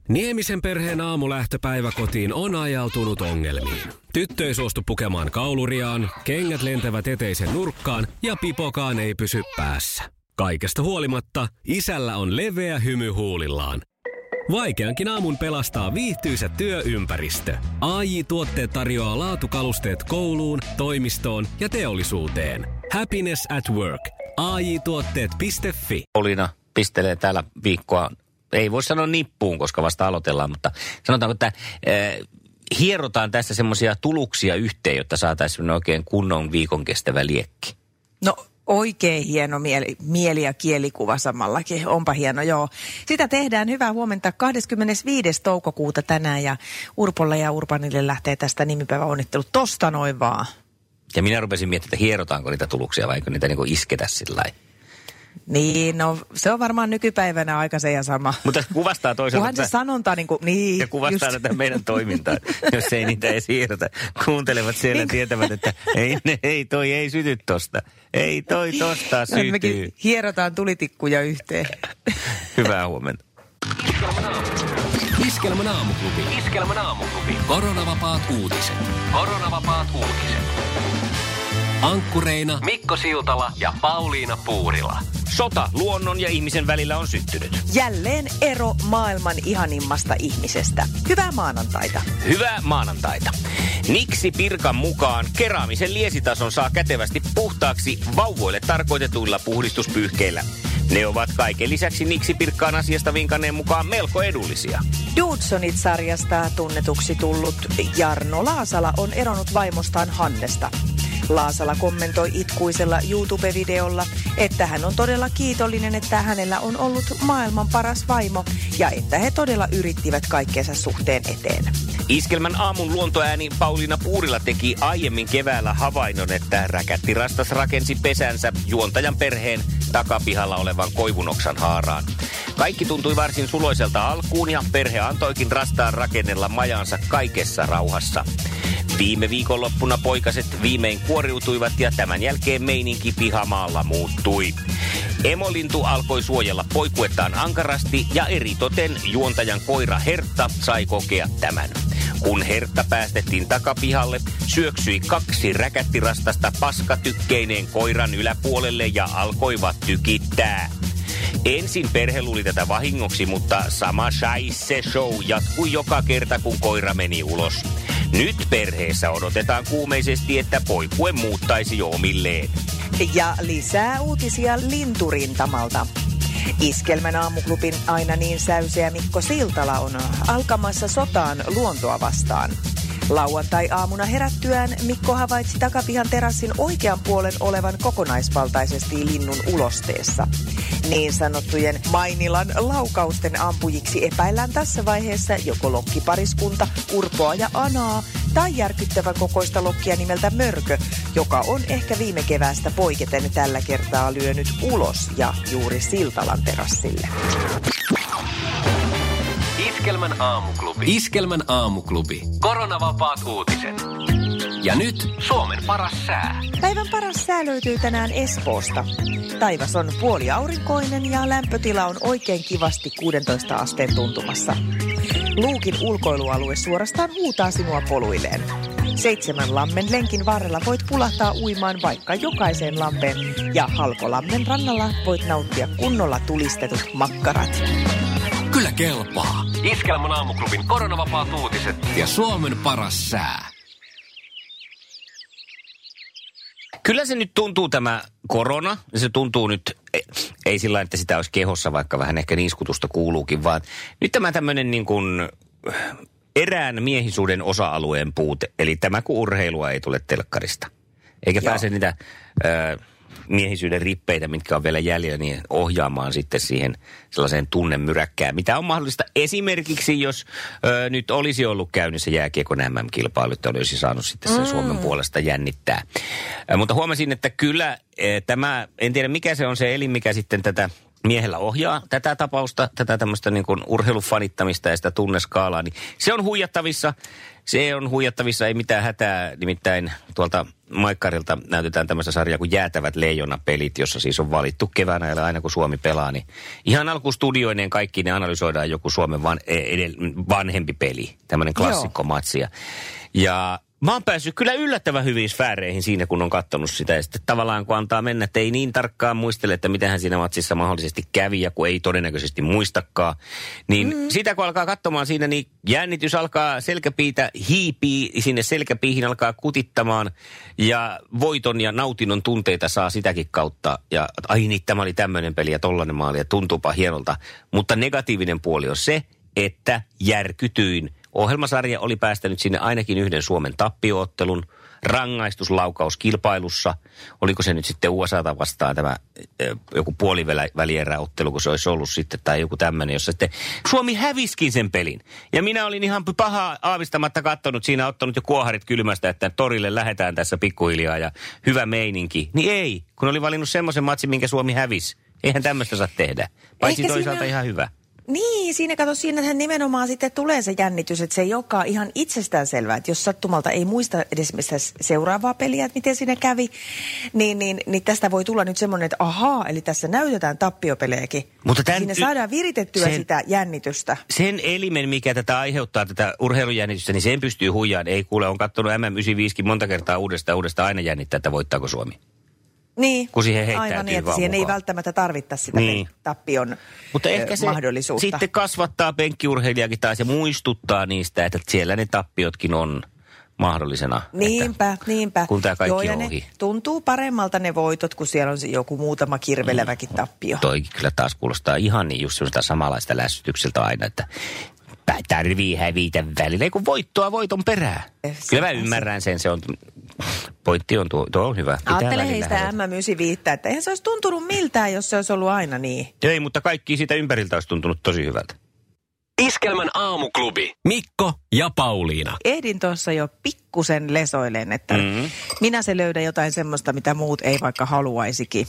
Niemisen perheen aamulähtöpäivä kotiin on ajautunut ongelmiin. Tyttö ei suostu pukemaan kauluriaan, kengät lentävät eteisen nurkkaan ja pipokaan ei pysy päässä. Kaikesta huolimatta, isällä on leveä hymy huulillaan. Vaikeankin aamun pelastaa viihtyisä työympäristö. AJ-tuotteet tarjoaa laatukalusteet kouluun, toimistoon ja teollisuuteen. Happiness at work. AJ-tuotteet.fi. Pauliina pistelee täällä viikkoa, ei voi sanoa nippuun, koska vasta aloitellaan, mutta sanotaanko, että hierotaan tässä semmoisia tuluksia yhteen, jotta saataisiin oikein kunnon viikon kestävä liekki. No oikein hieno mieli ja kielikuva samallakin. Onpa hieno, joo. Sitä tehdään. Hyvää huomenta 25. toukokuuta tänään ja Urpolle ja Urbanille lähtee tästä nimipäiväonnittelut tosta noin vaan. Ja minä rupesin miettimään, että hierotaanko niitä tuluksia vai eikö niitä niin kuin isketä sillä lailla. Niin, no se on varmaan nykypäivänä aika se ja sama. Mutta kuvastaa toisaalta. Kunhan se sanonta niin kuin, niin. Ja kuvastaa tätä meidän toimintaa, jos ei niitä edes hierota. Kuuntelevat siellä niin. Tietävät, että toi ei syty tosta. Ei toi tosta sytyy. Mekin hierotaan tulitikkuja yhteen. Hyvää huomenta. Iskelmän aamuklubi. Iskelmän aamuklubi. Koronavapaat uutiset. Koronavapaat uutiset. Ankkureina Mikko Siltala ja Pauliina Puurila. Sota luonnon ja ihmisen välillä on syttynyt. Jälleen ero maailman ihanimmasta ihmisestä. Hyvää maanantaita. Hyvää maanantaita. Niksi Pirkan mukaan keraamisen liesitason saa kätevästi puhtaaksi vauvoille tarkoitetuilla puhdistuspyyhkeillä. Ne ovat kaiken lisäksi Niksi Pirkkaan asiasta vinkanneen mukaan melko edullisia. Dudesonit-sarjasta tunnetuksi tullut Jarno Laasala on eronnut vaimostaan Hannesta. Laasala kommentoi itkuisella YouTube-videolla, että hän on todella kiitollinen, että hänellä on ollut maailman paras vaimo ja että he todella yrittivät kaikkeensa suhteen eteen. Iskelmän aamun luontoääni Pauliina Puurila teki aiemmin keväällä havainnon, että räkättirastas rakensi pesänsä juontajan perheen takapihalla olevan koivunoksan haaraan. Kaikki tuntui varsin suloiselta alkuun ja perhe antoikin rastaan rakennella majansa kaikessa rauhassa. Viime viikonloppuna poikaset viimein kuoriutuivat ja tämän jälkeen meininki pihamaalla muuttui. Emolintu alkoi suojella poikuettaan ankarasti ja eritoten juontajan koira Hertta sai kokea tämän. Kun Hertta päästettiin takapihalle, syöksyi 2 räkättirastasta paskatykkeineen koiran yläpuolelle ja alkoivat tykittää. Ensin perhe luuli tätä vahingoksi, mutta sama scheisse show jatkui joka kerta, kun koira meni ulos. Nyt perheessä odotetaan kuumeisesti, että poikue muuttaisi jo omilleen. Ja lisää uutisia linturintamalta. Iskelmän aamuklubin aina niin säyseä Mikko Siltala on alkamassa sotaan luontoa vastaan. Lauantai-aamuna herättyään Mikko havaitsi takapihan terassin oikean puolen olevan kokonaisvaltaisesti linnun ulosteessa. Niin sanottujen Mainilan laukausten ampujiksi epäillään tässä vaiheessa joko lokkipariskunta, Urpoa ja Anaa, tai järkyttävän kokoista lokkia nimeltä Mörkö, joka on ehkä viime keväästä poiketen tällä kertaa lyönyt ulos ja juuri Siltalan terassille. Iskelmän aamuklubi. Iskelmän aamuklubi. Koronavapaat uutiset. Ja nyt Suomen paras sää. Päivän paras sää löytyy tänään Espoosta. Taivas on puoliaurinkoinen ja lämpötila on oikein kivasti 16 asteen tuntumassa. Luukin ulkoilualue suorastaan huutaa sinua poluilleen. 7 lammen lenkin varrella voit pulahtaa uimaan vaikka jokaiseen lampeen ja Halkolammen rannalla voit nauttia kunnolla tulistetut makkarat. Kyllä kelpaa. Iskelmän aamuklubin koronavapaat uutiset ja Suomen paras sää. Kyllä se nyt tuntuu tämä korona, ja se tuntuu nyt, ei sillä että sitä olisi kehossa, vaikka vähän ehkä niiskutusta kuuluukin, vaan nyt tämä tämmöinen niin kuin erään miehisuuden osa-alueen puute, eli tämä kun urheilua ei tule telkkarista. Eikä pääse niitä miehisyyden rippeitä, mitkä on vielä jäljellä, niin ohjaamaan sitten siihen sellaiseen tunnemyräkkään, mitä on mahdollista esimerkiksi, jos nyt olisi ollut käynnissä jääkiekon MM-kilpailut, olisi saanut sitten sen Suomen puolesta jännittää. Mutta huomasin, että kyllä tämä, en tiedä mikä se on se elin, mikä sitten tätä miehellä ohjaa tätä tapausta, tätä tämmöistä niin kuin urheilufanittamista ja sitä tunneskaalaa, niin se on huijattavissa. Se on huijattavissa, ei mitään hätää, nimittäin tuolta Maikkarilta näytetään tämmöistä sarjaa kuin Jäätävät leijonapelit, jossa siis on valittu keväänä ja aina kun Suomi pelaa, niin ihan alkustudioineen kaikki ne analysoidaan joku Suomen vanhempi peli, tämmöinen klassikkomatsi. Ja mä oon päässyt kyllä yllättävän hyviin sfääreihin siinä, kun on katsonut sitä. Ja sitten tavallaan kun antaa mennä, että ei niin tarkkaan muistele, että mitähän siinä matsissa mahdollisesti kävi ja kun ei todennäköisesti muistakaan. Niin sitä kun alkaa katsomaan siinä, niin jännitys alkaa selkäpiitä hiipii, sinne selkäpiihin alkaa kutittamaan. Ja voiton ja nautinnon tunteita saa sitäkin kautta. Ja ai niin, tämä oli tämmöinen peli ja tollainen maali ja tuntuupa hienolta. Mutta negatiivinen puoli on se, että järkytyin. Ohjelmasarja oli päästänyt sinne ainakin yhden Suomen tappioottelun, rangaistuslaukauskilpailussa. Oliko se nyt sitten USAta vastaan tämä joku puolivälieräottelu, kun se olisi ollut sitten, tai joku tämmöinen, jossa sitten Suomi häviskin sen pelin. Ja minä olin ihan pahaa aavistamatta katsonut, siinä ottanut jo kuoharit kylmästä, että torille lähdetään tässä pikkuhiljaa ja hyvä meininki. Niin ei, kun oli valinnut semmoisen matsin, minkä Suomi hävisi. Eihän tämmöistä saa tehdä, paitsi ehkä toisaalta siinä ihan hyvä. Niin, siinähän nimenomaan sitten tulee se jännitys, että se ei olekaan ihan itsestäänselvää, että jos sattumalta ei muista edes seuraavaa peliä, että miten siinä kävi, niin tästä voi tulla nyt semmoinen, että ahaa, eli tässä näytetään tappiopelejäkin. Mutta siinä saadaan viritettyä sitä jännitystä. Sen elimen, mikä tätä aiheuttaa, tätä urheilujännitystä, niin sen pystyy huijaan. Ei kuule, on katsonut MM95 monta kertaa uudestaan aina jännittää, että voittaako Suomi. Niin, kun siihen aivan niin, että siihen ei välttämättä tarvittaisi sitä tappion mutta ehkä se mahdollisuutta. Sitten kasvattaa penkkiurheilijakin taas ja muistuttaa niistä, että siellä ne tappiotkin on mahdollisena. Niinpä. Kun tämä kaikki on ohi. Ne tuntuu paremmalta ne voitot, kun siellä on joku muutama kirveleväkin tappio. Toikin kyllä taas kuulostaa ihan niin just sellaista samanlaista lässytykseltä aina, että tarvii hävitä välillä, kun voittoa voiton perään. Kyllä mä ymmärrän sen, se on... Pointti on tuo on hyvä. Ajattele heistä M95, että eihän se olisi tuntunut miltään, jos se olisi ollut aina niin. Ei, mutta kaikki siitä ympäriltä olisi tuntunut tosi hyvältä. Iskelmän aamuklubi. Mikko ja Pauliina. Ehdin tuossa jo pikkusen lesoilen, että minä se löydän jotain semmoista, mitä muut ei vaikka haluaisikin.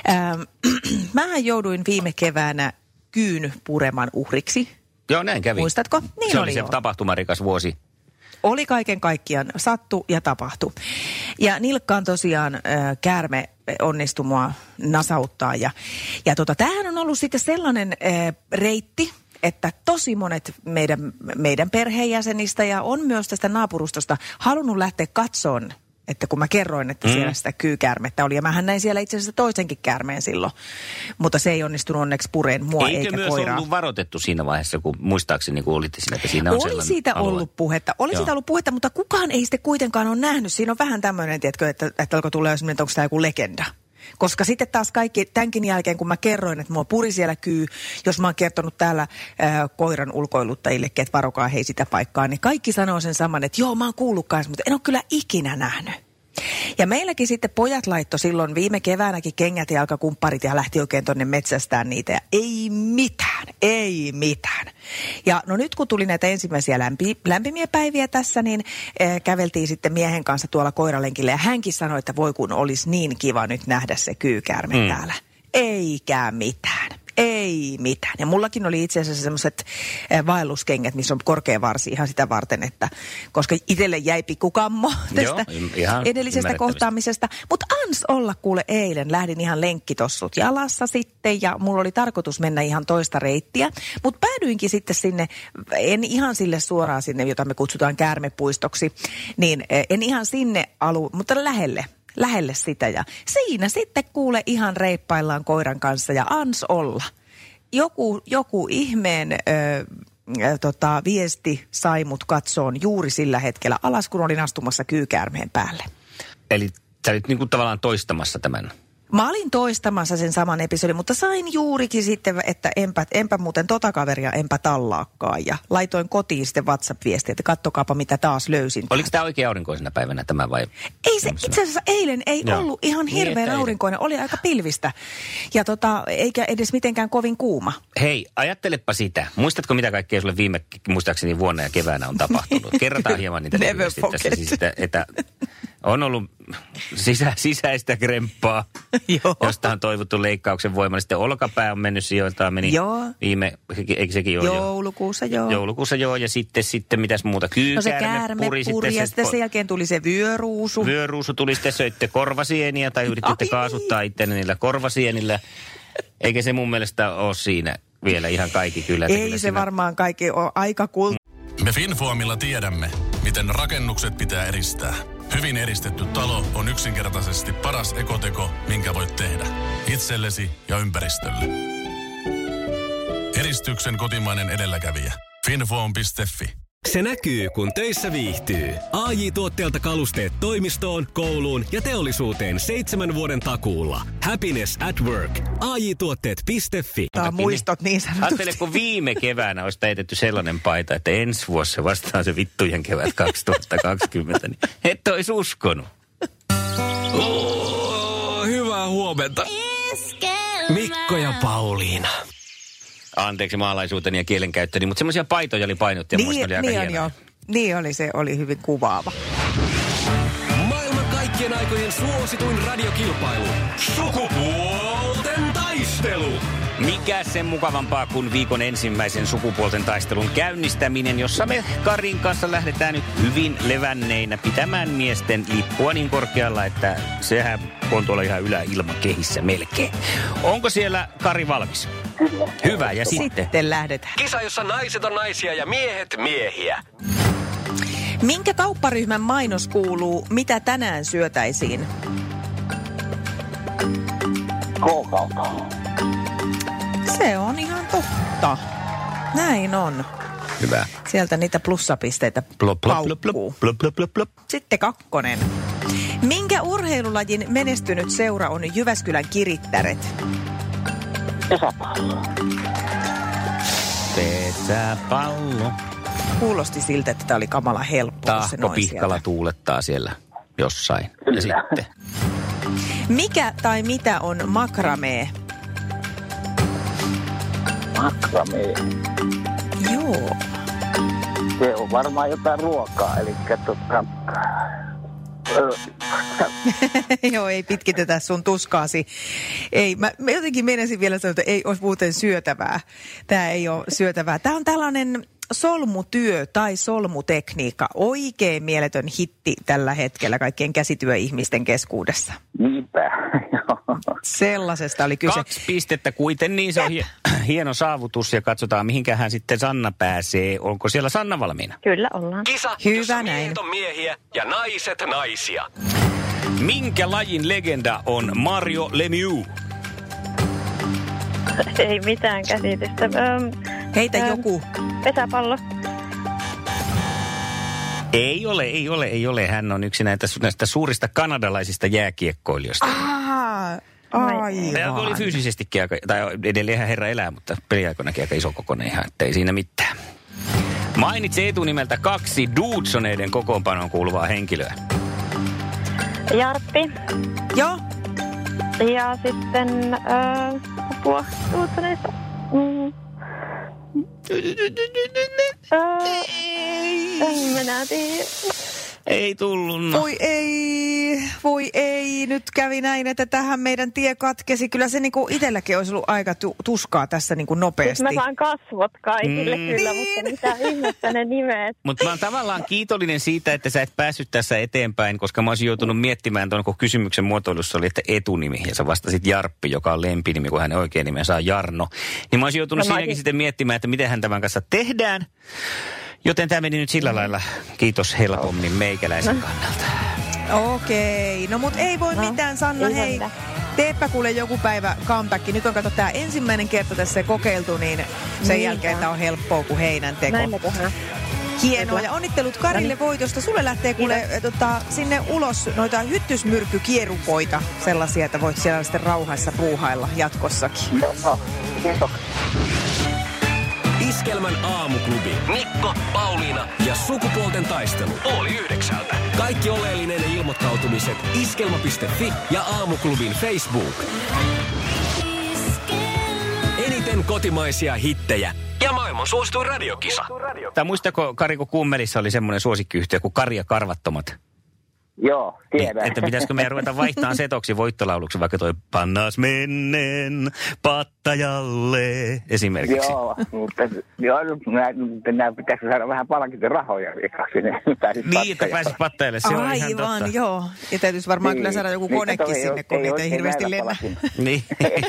Mähän jouduin viime keväänä kyyn pureman uhriksi. Joo, näin kävi. Muistatko? Niin se oli se tapahtumarikas vuosi. Oli kaiken kaikkiaan, sattu ja tapahtui. Ja nilkkaan tosiaan käärme onnistui mua nasauttaa. Ja tämähän on ollut sitten sellainen reitti, että tosi monet meidän perheenjäsenistä ja on myös tästä naapurustosta halunnut lähteä katsomaan, että kun mä kerroin, että siellä sitä kyykäärmettä oli. Ja mähän näin siellä itse asiassa toisenkin käärmeen silloin. Mutta se ei onnistunut onneksi pureen mua eikä koiraa. Eikö myös ollut varoitettu siinä vaiheessa, kun muistaakseni kun olitte siinä, että siinä on oli siitä alue. Ollut puhetta. Oli siitä ollut puhetta, mutta kukaan ei sitten kuitenkaan ole nähnyt. Siinä on vähän tämmöinen, tiedätkö, että alkoi tulla jos onko tämä joku legenda. Koska sitten taas kaikki, tämänkin jälkeen kun mä kerroin, että mua puri siellä kyy, jos mä oon kertonut täällä koiran ulkoiluttajillekin, että varokaa hei sitä paikkaa, niin kaikki sanoo sen saman, että joo mä oon kuullut kanssa, mutta en ole kyllä ikinä nähnyt. Ja meilläkin sitten pojat laittoi silloin viime keväänäkin kengät ja jalkakumpparit ja lähti oikein tonne metsästään niitä ja ei mitään. Ja no nyt kun tuli näitä ensimmäisiä lämpimiä päiviä tässä, niin käveltiin sitten miehen kanssa tuolla koiralenkillä ja hänkin sanoi, että voi kun olisi niin kiva nyt nähdä se kyykäärme täällä. Eikä mitään. Ei mitään. Ja mullakin oli itse asiassa semmoiset vaelluskengät, missä on korkea varsi ihan sitä varten, että koska itselle jäi pikkukammo tästä edellisestä kohtaamisesta. Mutta ans olla kuule eilen, lähdin ihan lenkkitossut jalassa sitten ja mulla oli tarkoitus mennä ihan toista reittiä. Mutta päädyinkin sitten sinne, en ihan sille suoraan sinne, jota me kutsutaan käärmepuistoksi, niin en ihan sinne mutta lähelle sitä ja siinä sitten kuule ihan reippaillaan koiran kanssa ja ans olla. Joku ihmeen viesti sai mut katsoon juuri sillä hetkellä alas, kun olin astumassa kyykäärmeen päälle. Eli sä olit niinku tavallaan toistamassa tämän? Mä olin toistamassa sen saman episodin, mutta sain juurikin sitten, että enpä muuten kaveria enpä tallaakaan. Ja laitoin kotiin sitten WhatsApp-viestiä, että kattokaapa mitä taas löysin. Oliko tämä oikein aurinkoisena päivänä tämä vai? Ei se itse asiassa eilen ei ollut ihan hirveän aurinkoinen, oli aika pilvistä. Ja eikä edes mitenkään kovin kuuma. Hei, ajattelepa sitä. Muistatko mitä kaikkea sulle muistaakseni vuonna ja keväänä on tapahtunut? Kerrotaan hieman niitä. Never forget. Tässä, siis, että On ollut sisäistä kremppaa, josta on toivottu leikkauksen voimalla. Sitten olkapää on mennyt sijoiltaan, meni viime, eikö sekin ole Joulukuussa, joo. Joulukuussa, joo, ja sitten mitäs muuta? Kyykäärme puri, ja sitten sen jälkeen tuli se vyöruusu. Vyöruusu tuli, sitten söitte korvasieniä, tai yrititte kaasuttaa ittenne niillä korvasienillä. Eikä se mun mielestä ole siinä vielä ihan kaikki kyllä. Ei kyllä se varmaan kaikki ole aika Me Finfoamilla tiedämme, miten rakennukset pitää eristää. Hyvin eristetty talo on yksinkertaisesti paras ekoteko, minkä voit tehdä. Itsellesi ja ympäristölle. Eristyksen kotimainen edelläkävijä. Finfoam.fi. Se näkyy, kun töissä viihtyy. AJ-tuotteelta kalusteet toimistoon, kouluun ja teollisuuteen 7 vuoden takuulla. Happiness at work. AJ-tuotteet.fi. Tämä muistot niin sanotusti. Ajattele, kun viime keväänä olisi täitetty sellainen paita, että ensi vuosi se vastaa se vittujen kevät 2020, niin et olisi uskonut. Hyvää huomenta. Mikko ja Pauliina. Anteeksi maalaisuuteni ja kielenkäyttöni, mutta semmoisia paitoja oli painottu ja muista oli aika hienoja. Niin oli, se oli hyvin kuvaava. Maailman kaikkien aikojen suosituin radiokilpailu. Sukupuolten taistelu. Mikä sen mukavampaa kuin viikon ensimmäisen sukupuolten taistelun käynnistäminen, jossa me Karin kanssa lähdetään nyt hyvin levänneinä pitämään miesten lippua niin korkealla, että sehän on tuolla ihan yläilmakehissä melkein. Onko siellä Kari valmis? Hyvä, ja sitten lähdetään. Kisa, jossa naiset on naisia ja miehet miehiä. Minkä kaupparyhmän mainos kuuluu, mitä tänään syötäisiin? K-kauppa. Se on ihan totta. Näin on. Hyvä. Sieltä niitä plussapisteitä paukkuu. Sitten 2. Minkä urheilulajin menestynyt seura on Jyväskylän Kirittäret? Pesäpallo. Pesäpallo. Kuulosti siltä, että tämä oli kamala helppo. Tahko pihkala tuulettaa siellä jossain. Kyllä. Ja sitten. Mikä tai mitä on makramee? Makramee. Joo. Se on varmaan jotain ruokaa, eli Joo, ei pitkitetä sun tuskaasi. Ei, mä jotenkin meinasin vielä sanoa, että ei olisi muuten syötävää. Tämä ei ole syötävää. Tämä on tällainen solmutyö tai solmutekniikka. Oikein mieletön hitti tällä hetkellä kaikkien käsityöihmisten keskuudessa. Niinpä, joo. Sellaisesta oli kyse. 2 pistettä kuitenkin, niin se on hieno saavutus ja katsotaan mihinkähän sitten Sanna pääsee. Onko siellä Sanna valmiina? Kyllä ollaan. Kisa, Hyvä jossa näin. miehet on miehiä ja naiset naisia. Minkä lajin legenda on Mario Lemieux? Ei mitään käsitystä. Heitä joku. Pesäpallo. Ei ole. Hän on yksi näistä suurista kanadalaisista jääkiekkoilijoista. Aivan. Hän oli fyysisestikin aika, tai edelleenhän herra elää, mutta peliaikoinakin aika iso kokoinen ihan, ettei siinä mitään. Mainitse etunimeltä 2 Dudesoneiden kokoonpanoon kuuluvaa henkilöä. Jarppi. Joo. Ja sitten apua Dudesoneista. En minä tiedä. Ei tullut. Voi ei. Nyt kävi näin, että tähän meidän tie katkesi. Kyllä se niinku itselläkin olisi ollut aika tuskaa tässä niinku nopeasti. Mä saan kasvot kaikille kyllä, mutta mitä ihmettä ne nimet. Mutta mä oon tavallaan kiitollinen siitä, että sä et päässyt tässä eteenpäin, koska mä olisin joutunut miettimään tuon, kun kysymyksen muotoilussa oli, että etunimi. Ja sä vastasit Jarppi, joka on lempinimi, kun hänen oikein nimensä on Jarno. Niin mä olisin joutunut siinäkin sitten miettimään, että miten hän tämän kanssa tehdään. Joten tämä meni nyt sillä lailla, kiitos helpommin meikäläisen kannalta. Okei, no mut ei voi mitään, Sanna, hei. Teepä kuule joku päivä comeback. Nyt on kato tää ensimmäinen kerta tässä kokeiltu, niin sen jälkeen tää on helppoa kuin heinänteko. Näin me tehdään. Hienoa, ja onnittelut Karille voitosta. Sulle lähtee kuule sinne ulos noita hyttysmyrkkykierukoita, sellaisia, että voit siellä sitten rauhassa puuhailla jatkossakin. Joo, kiitos. Iskelmän aamuklubi. Mikko, Pauliina ja sukupuolten taistelu. 8:30. Kaikki oleellinen ilmoittautumiset iskelma.fi ja aamuklubin Facebook. Eniten kotimaisia hittejä ja maailman suosituin radiokisa. Tai muistako, Kari, kun Kummelissa oli semmoinen suosikkiyhtiö kuin Kari ja Karvattomat? Joo, tiedän. Että pitäisikö meidän ruveta vaihtamaan setoksi voittolauluksi, vaikka toi pannas menneen pattajalle esimerkiksi. Joo, mutta nämä pitäisi saada vähän palkintarahoja sinne. Niin, että pääsit pattajalle, se on ihan totta. Aivan, joo. Ja täytyisi varmaan kyllä saada joku konekin sinne, kun niitä ei hirveästi lennä. Niin.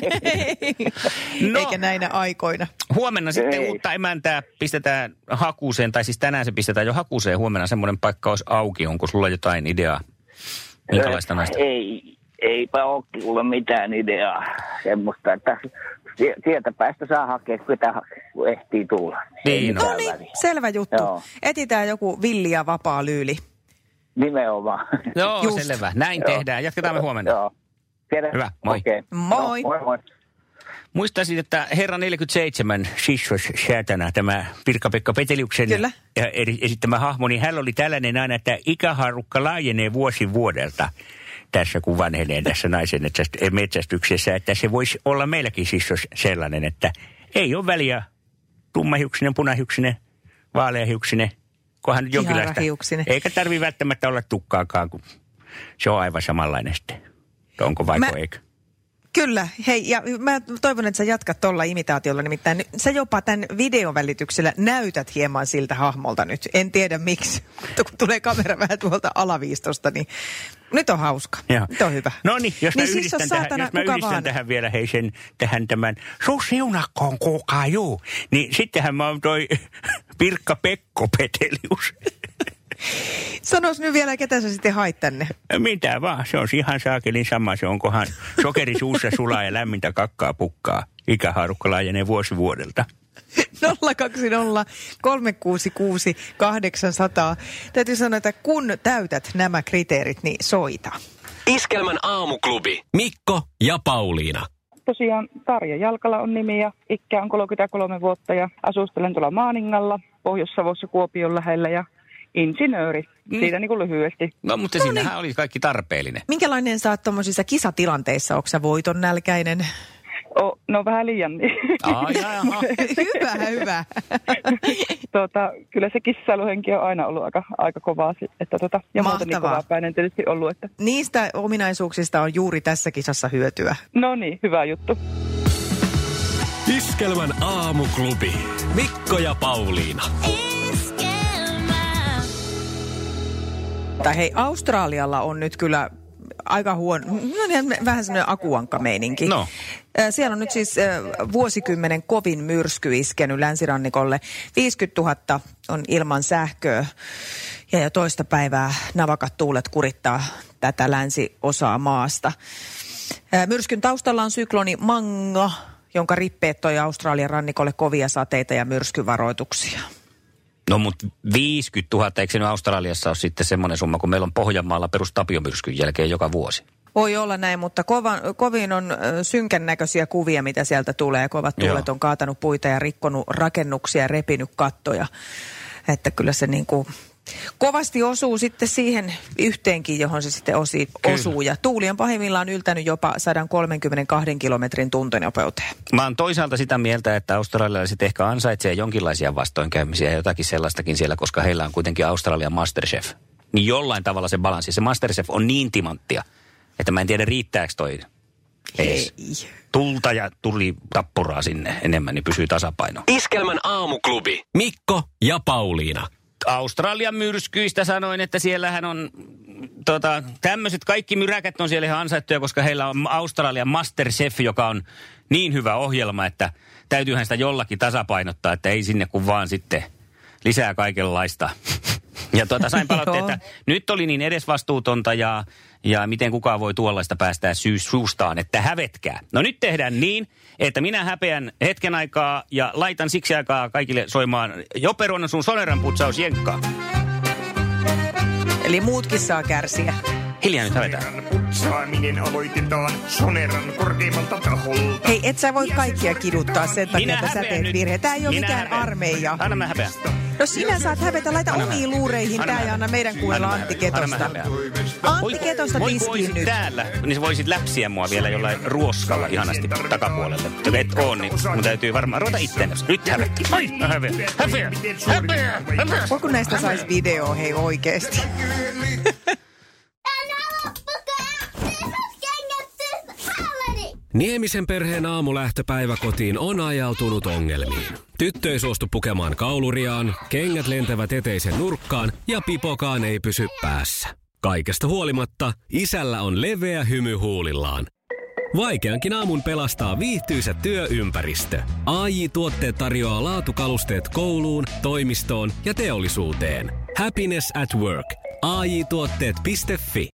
Eikä näinä aikoina. Huomenna sitten uutta emäntää pistetään hakuuseen, tai siis tänään se pistetään jo hakuuseen. Huomenna semmoinen paikka olisi auki. Onko sulla jotain ideaa? Minkälaista naista? Eipä ole kuule mitään ideaa semmoista, että sieltä päästä saa hakea, kun ehtii tulla. Niin, no niin, selvä juttu. Joo. Etitään joku villi ja vapaa lyyli. Nimenomaan. Joo, selvä. Näin tehdään. Jatketaan me huomenna. Joo. Hyvä, moi. Okay. Moi. No, moi. Muistaisin, että herra 47, Shishos Säätänä, tämä Pirkka-Pekka Peteliuksen esittämä hahmo, niin hän oli tällainen aina, että ikähaarukka laajenee vuosi vuodelta tässä, kun vanhenee tässä naisen metsästyksessä, että se voisi olla meilläkin Shishos sellainen, että ei ole väliä tummahiuksinen, punahiuksinen, vaaleahiuksinen, kunhan nyt jonkinlaista. Eikä tarvitse välttämättä olla tukkaakaan, kun se on aivan samanlainen sitten. Onko vaiko eikö? Kyllä. Hei, ja mä toivon, että sä jatkat tuolla imitaatiolla. Nimittäin sä jopa tämän videon välityksellä näytät hieman siltä hahmolta nyt. En tiedä miksi, mutta kun tulee kamera vähän tuolta alaviistosta, niin nyt on hauska. Joo. Nyt on hyvä. No niin, jos mä yhdistän tähän vielä tähän tämän susiunakkoon kuulkaa juu, niin sittenhän mä oon toi Pirkka-Pekko Petelius. Sanois nyt vielä, ketä sä sitten hait tänne? Mitä vaan, se on ihan saakelin sama. Se onkohan sokeri suussa sulaa ja lämmintä kakkaa pukkaa. Ikähaarukka laajenee vuosi vuodelta. 020 366 800. Täytyy sanoa, että kun täytät nämä kriteerit, niin soita. Iskelmän aamuklubi. Mikko ja Pauliina. Tosiaan Tarja Jalkala on nimi ja ikkä on 33 vuotta ja asustelen tuolla Maaningalla, Pohjois-Savossa Kuopion lähellä ja insinööri, siitä niin kuin lyhyesti. No, mutta siinähän oli kaikki tarpeellinen. Minkälainen sä oot tommosissa kisatilanteissa? Onko sä voiton nälkäinen? No vähän liian niin. Hyvä. Kyllä se kissailuhenki on aina ollut aika kovaa. Että ja muuten niin kovapäinen tietysti ollut. Että. Niistä ominaisuuksista on juuri tässä kisassa hyötyä. No niin, hyvä juttu. Iskelmän aamuklubi. Mikko ja Pauliina. Tai hei, Australialla on nyt kyllä aika huono, vähän semmoinen akuankka-meininki. No. Siellä on nyt siis vuosikymmenen kovin myrsky iskenyt länsirannikolle. 50 000 on ilman sähköä ja toista päivää navakat tuulet kurittaa tätä länsiosaa maasta. Myrskyn taustalla on sykloni Manga, jonka rippeet toi Australian rannikolle kovia sateita ja myrskyvaroituksia. No mutta 50 000, eikö se nyt Australiassa ole sitten semmoinen summa, kun meillä on Pohjanmaalla perustapiomyrskyn jälkeen joka vuosi? Voi olla näin, mutta kovin on synkän näköisiä kuvia, mitä sieltä tulee. Kovat tuulet on kaatanut puita ja rikkonut rakennuksia ja repinyt kattoja. Että kyllä se niin kuin kovasti osuu sitten siihen yhteenkin, johon se sitten osuu. Ja tuuli on pahimmillaan yltänyt jopa 132 kilometrin tuntinopeuteen. Mä oon toisaalta sitä mieltä, että australialaiset ehkä ansaitsee jonkinlaisia vastoinkäymisiä ja jotakin sellaistakin siellä, koska heillä on kuitenkin Australian Masterchef. Niin jollain tavalla se balanssi. Se Masterchef on niin timanttia, että mä en tiedä riittääkö toi edes. Tulta ja tuli tappuraa sinne enemmän, niin pysyy tasapaino. Iskelmän aamuklubi. Mikko ja Pauliina. Australian myrskyistä sanoin, että siellähän on tämmöiset kaikki myräkät on siellä ihan ansaittuja, koska heillä on Australian Masterchef, joka on niin hyvä ohjelma, että täytyyhän sitä jollakin tasapainottaa, että ei sinne kun vaan sitten lisää kaikenlaista. Ja sain palautteita, että nyt oli niin edesvastuutonta ja miten kukaan voi tuollaista päästää suustaan, että hävetkää. No nyt tehdään niin, että minä häpeän hetken aikaa ja laitan siksi aikaa kaikille soimaan Joperon sun Soneran putsaus jenkkaa. Eli muutkin saa kärsiä. Hiljaa nyt hävetään. Putsaaminen aloitetaan Soneran korkeimmalta taholta. Hei, et sä voi kaikkia kiduttaa sen takia, että sä teet virhe. Tää ei ole mikään armeija. Anna mä häpeän. No sinä saat hävetä, laita omiin luureihin tää ja anna meidän kuunnella Antti Ketosta. Antti Ketosta tiskiin nyt. Täällä, niin sä voisit läpsiä mua vielä jollain ruoskalla ihanasti takapuolelle. Jos et oo, niin mun täytyy varmaan ruveta itteensä. Nyt hävettä. Ai, häpeä. Voiko näistä sais video, hei oikeesti? Niemisen perheen aamulähtöpäivä kotiin on ajautunut ongelmiin. Tyttö ei suostu pukemaan kauluriaan, kengät lentävät eteisen nurkkaan ja pipokaan ei pysy päässä. Kaikesta huolimatta, isällä on leveä hymy huulillaan. Vaikeankin aamun pelastaa viihtyisä työympäristö. AJ-tuotteet tarjoaa laatukalusteet kouluun, toimistoon ja teollisuuteen. Happiness at work. AJ-tuotteet.fi